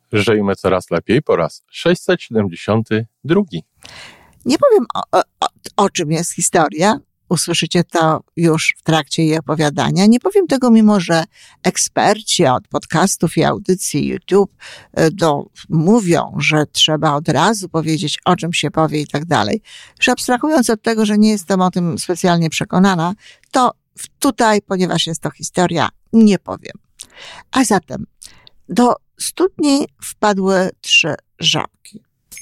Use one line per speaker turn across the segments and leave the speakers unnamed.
Żyjmy coraz lepiej po raz 672.
Nie powiem o czym jest historia. Usłyszycie to już w trakcie jej opowiadania. Nie powiem tego, mimo że eksperci od podcastów i audycji YouTube mówią, że trzeba od razu powiedzieć, o czym się powie i tak dalej. Już abstrahując od tego, że nie jestem o tym specjalnie przekonana, to tutaj, ponieważ jest to historia, nie powiem. A zatem do studni wpadły 3 żabki.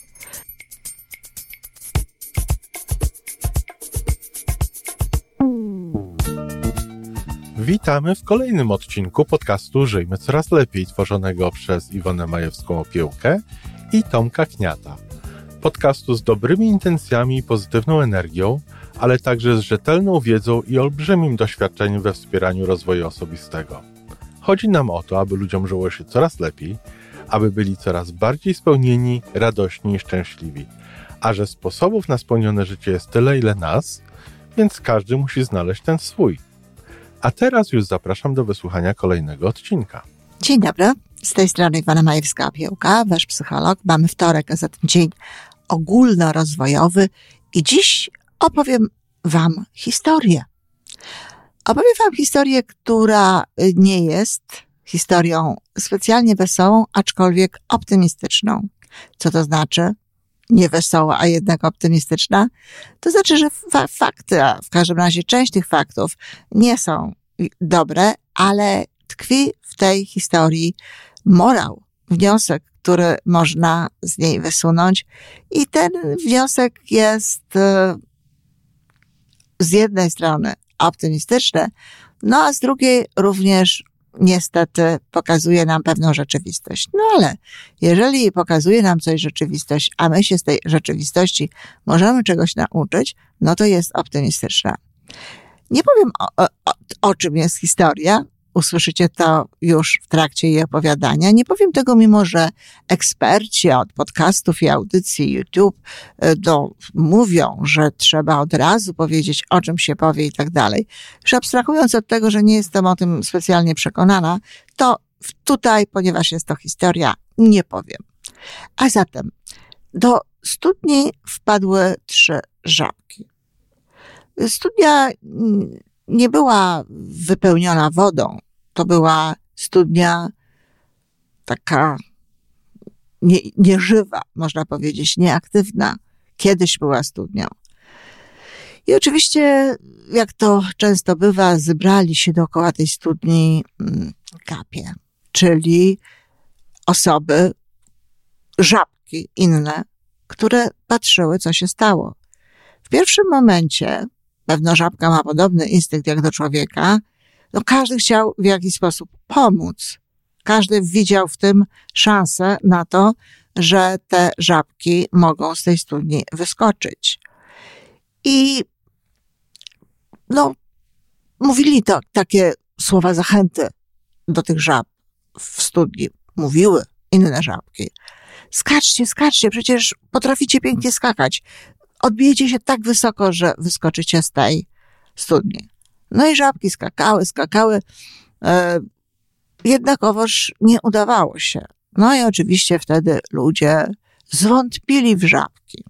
Witamy w kolejnym odcinku podcastu Żyjmy Coraz Lepiej, tworzonego przez Iwonę Majewską-Opiełkę i Tomka Kniata. Podcastu z dobrymi intencjami i pozytywną energią, ale także z rzetelną wiedzą i olbrzymim doświadczeniem we wspieraniu rozwoju osobistego. Chodzi nam o to, aby ludziom żyło się coraz lepiej, aby byli coraz bardziej spełnieni, radośni i szczęśliwi. A że sposobów na spełnione życie jest tyle, ile nas, więc każdy musi znaleźć ten swój. A teraz już zapraszam do wysłuchania kolejnego odcinka.
Dzień dobry, z tej strony Iwona Majewska-Opiełka, wasz psycholog. Mamy wtorek, a zatem dzień ogólnorozwojowy i dziś opowiem wam historię. Opowiem wam historię, która nie jest historią specjalnie wesołą, aczkolwiek optymistyczną. Co to znaczy? Nie wesoła, a jednak optymistyczna? To znaczy, że fakty, a w każdym razie część tych faktów nie są dobre, ale tkwi w tej historii morał, wniosek, który można z niej wysunąć. I ten wniosek jest z jednej strony optymistyczny, no a z drugiej również niestety pokazuje nam pewną rzeczywistość. No ale jeżeli pokazuje nam coś rzeczywistość, a my się z tej rzeczywistości możemy czegoś nauczyć, no to jest optymistyczna. Nie powiem o czym jest historia. Usłyszycie to już w trakcie jej opowiadania. Nie powiem tego, mimo że eksperci od podcastów i audycji YouTube mówią, że trzeba od razu powiedzieć, o czym się powie i tak dalej. Już abstrahując od tego, że nie jestem o tym specjalnie przekonana, to tutaj, ponieważ jest to historia, nie powiem. A zatem do studni wpadły 3 żabki. Studnia nie była wypełniona wodą. To była studnia taka nieżywa, można powiedzieć, nieaktywna. Kiedyś była studnią. I oczywiście, jak to często bywa, zebrali się dookoła tej studni kapie, czyli osoby, żabki inne, które patrzyły, co się stało. W pierwszym momencie, pewno żabka ma podobny instynkt jak do człowieka, no każdy chciał w jakiś sposób pomóc. Każdy widział w tym szansę na to, że te żabki mogą z tej studni wyskoczyć. I mówili to takie słowa zachęty do tych żab w studni. Mówiły inne żabki. Skaczcie, skaczcie, przecież potraficie pięknie skakać. Odbijecie się tak wysoko, że wyskoczycie z tej studni. No i żabki skakały, jednakowoż nie udawało się. No i oczywiście wtedy ludzie zwątpili w żabki.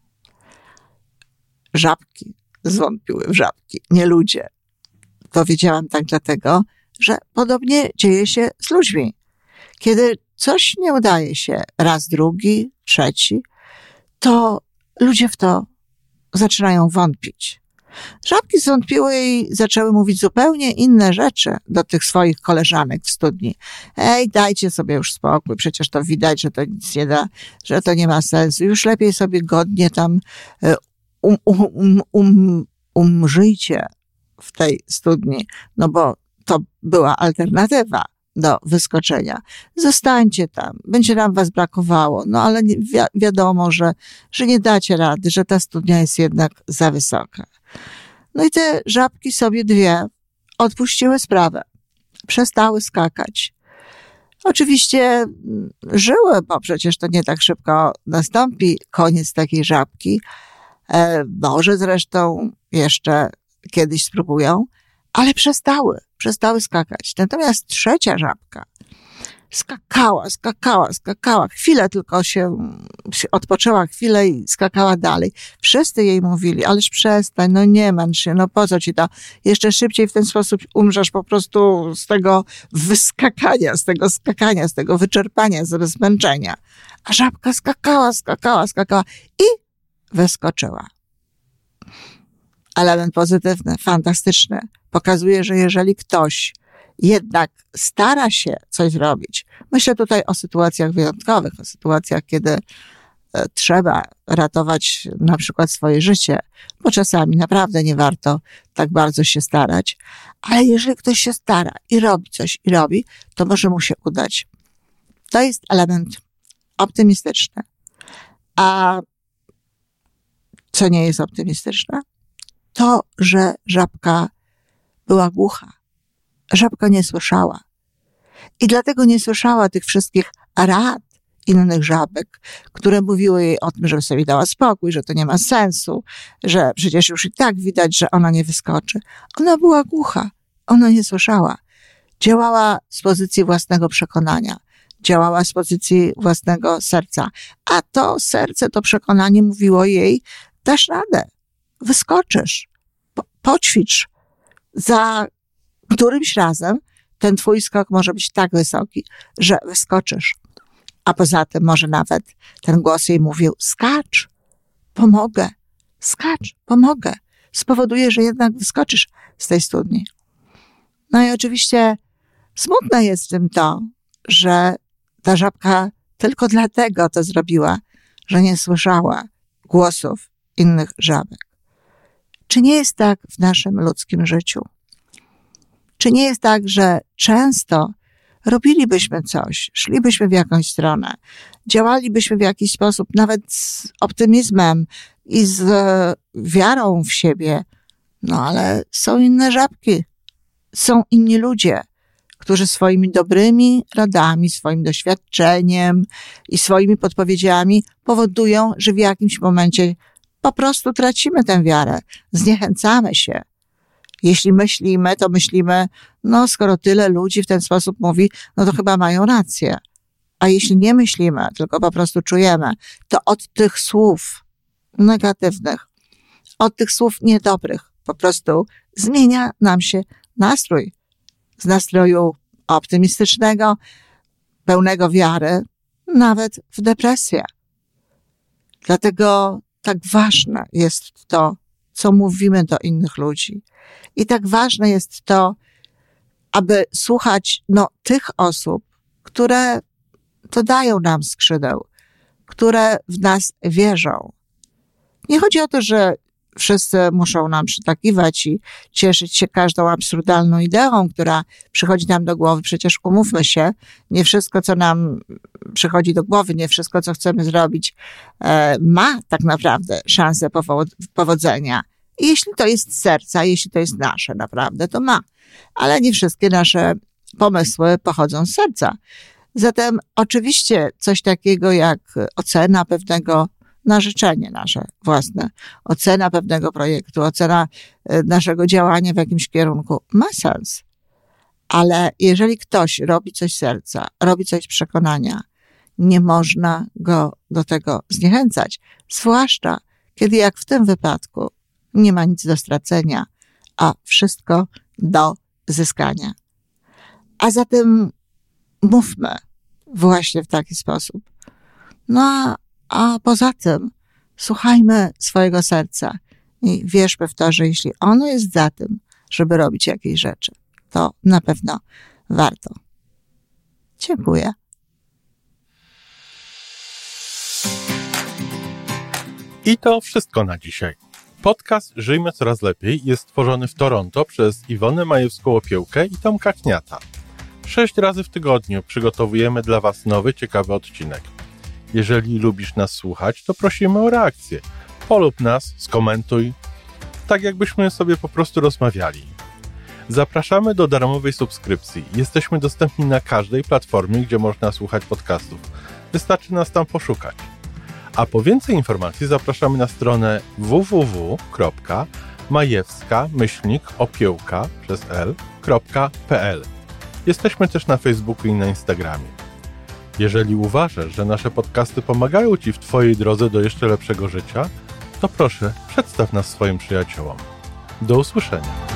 Żabki zwątpiły w żabki, nie ludzie. Powiedziałam tak dlatego, że podobnie dzieje się z ludźmi. Kiedy coś nie udaje się raz, drugi, trzeci, to ludzie w to zaczynają wątpić. Żabki zwątpiły i zaczęły mówić zupełnie inne rzeczy do tych swoich koleżanek w studni. Ej, dajcie sobie już spokój, przecież to widać, że to nic nie da, że to nie ma sensu. Już lepiej sobie godnie tam umrzyjcie w tej studni, no bo to była alternatywa do wyskoczenia. Zostańcie tam, będzie nam was brakowało, no ale wiadomo, że nie dacie rady, że ta studnia jest jednak za wysoka. No i te żabki sobie 2 odpuściły sprawę. Przestały skakać. Oczywiście żyły, bo przecież to nie tak szybko nastąpi koniec takiej żabki. Może zresztą jeszcze kiedyś spróbują, ale przestały skakać. Natomiast 3. żabka skakała. Chwilę tylko się odpoczęła chwilę i skakała dalej. Wszyscy jej mówili, ależ przestań, no nie męcz się, no po co ci to? Jeszcze szybciej w ten sposób umrzesz po prostu z tego wyskakania, z tego wyczerpania, z zmęczenia. A żabka skakała i wyskoczyła. Element pozytywny, fantastyczny. Pokazuje, że jeżeli ktoś jednak stara się coś zrobić, myślę tutaj o sytuacjach wyjątkowych, o sytuacjach, kiedy trzeba ratować na przykład swoje życie, bo czasami naprawdę nie warto tak bardzo się starać, ale jeżeli ktoś się stara i robi coś, to może mu się udać. To jest element optymistyczny. A co nie jest optymistyczne? To, że żabka była głucha. Żabka nie słyszała. I dlatego nie słyszała tych wszystkich rad innych żabek, które mówiły jej o tym, żeby sobie dała spokój, że to nie ma sensu, że przecież już i tak widać, że ona nie wyskoczy. Ona była głucha. Ona nie słyszała. Działała z pozycji własnego przekonania. Działała z pozycji własnego serca. A to serce, to przekonanie mówiło jej, dasz radę. Wyskoczysz. Poćwicz. Za którymś razem ten twój skok może być tak wysoki, że wyskoczysz. A poza tym może nawet ten głos jej mówił, skacz, pomogę, spowoduje, że jednak wyskoczysz z tej studni. No i oczywiście smutne jest w tym to, że ta żabka tylko dlatego to zrobiła, że nie słyszała głosów innych żabek. Czy nie jest tak w naszym ludzkim życiu? Czy nie jest tak, że często robilibyśmy coś, szlibyśmy w jakąś stronę, działalibyśmy w jakiś sposób, nawet z optymizmem i z wiarą w siebie, no ale są inne żabki, są inni ludzie, którzy swoimi dobrymi radami, swoim doświadczeniem i swoimi podpowiedziami powodują, że w jakimś momencie po prostu tracimy tę wiarę, zniechęcamy się. Jeśli myślimy, to myślimy, no skoro tyle ludzi w ten sposób mówi, no to chyba mają rację. A jeśli nie myślimy, tylko po prostu czujemy, to od tych słów negatywnych, od tych słów niedobrych po prostu zmienia nam się nastrój. Z nastroju optymistycznego, pełnego wiary, nawet w depresję. Dlatego tak ważne jest to, co mówimy do innych ludzi. I tak ważne jest to, aby słuchać tych osób, które dodają nam skrzydeł, które w nas wierzą. Nie chodzi o to, że wszyscy muszą nam przytakiwać i cieszyć się każdą absurdalną ideą, która przychodzi nam do głowy. Przecież umówmy się, nie wszystko, co nam przychodzi do głowy, nie wszystko, co chcemy zrobić, ma tak naprawdę szansę powodzenia. I jeśli to jest z serca, jeśli to jest nasze naprawdę, to ma. Ale nie wszystkie nasze pomysły pochodzą z serca. Zatem oczywiście coś takiego jak ocena pewnego na życzenie nasze własne, ocena pewnego projektu, ocena naszego działania w jakimś kierunku ma sens. Ale jeżeli ktoś robi coś z serca, robi coś z przekonania, nie można go do tego zniechęcać. Zwłaszcza, kiedy jak w tym wypadku nie ma nic do stracenia, a wszystko do zyskania. A zatem mówmy właśnie w taki sposób. No a poza tym słuchajmy swojego serca i wierzmy w to, że jeśli ono jest za tym, żeby robić jakieś rzeczy, to na pewno warto. Dziękuję.
I to wszystko na dzisiaj. Podcast Żyjmy Coraz Lepiej jest stworzony w Toronto przez Iwonę Majewską-Opiełkę i Tomka Kniata. 6 razy w tygodniu przygotowujemy dla Was nowy, ciekawy odcinek. Jeżeli lubisz nas słuchać, to prosimy o reakcję. Polub nas, skomentuj, tak jakbyśmy sobie po prostu rozmawiali. Zapraszamy do darmowej subskrypcji. Jesteśmy dostępni na każdej platformie, gdzie można słuchać podcastów. Wystarczy nas tam poszukać. A po więcej informacji zapraszamy na stronę www.majewska-opiełka.pl. Jesteśmy też na Facebooku i na Instagramie. Jeżeli uważasz, że nasze podcasty pomagają Ci w Twojej drodze do jeszcze lepszego życia, to proszę, przedstaw nas swoim przyjaciołom. Do usłyszenia.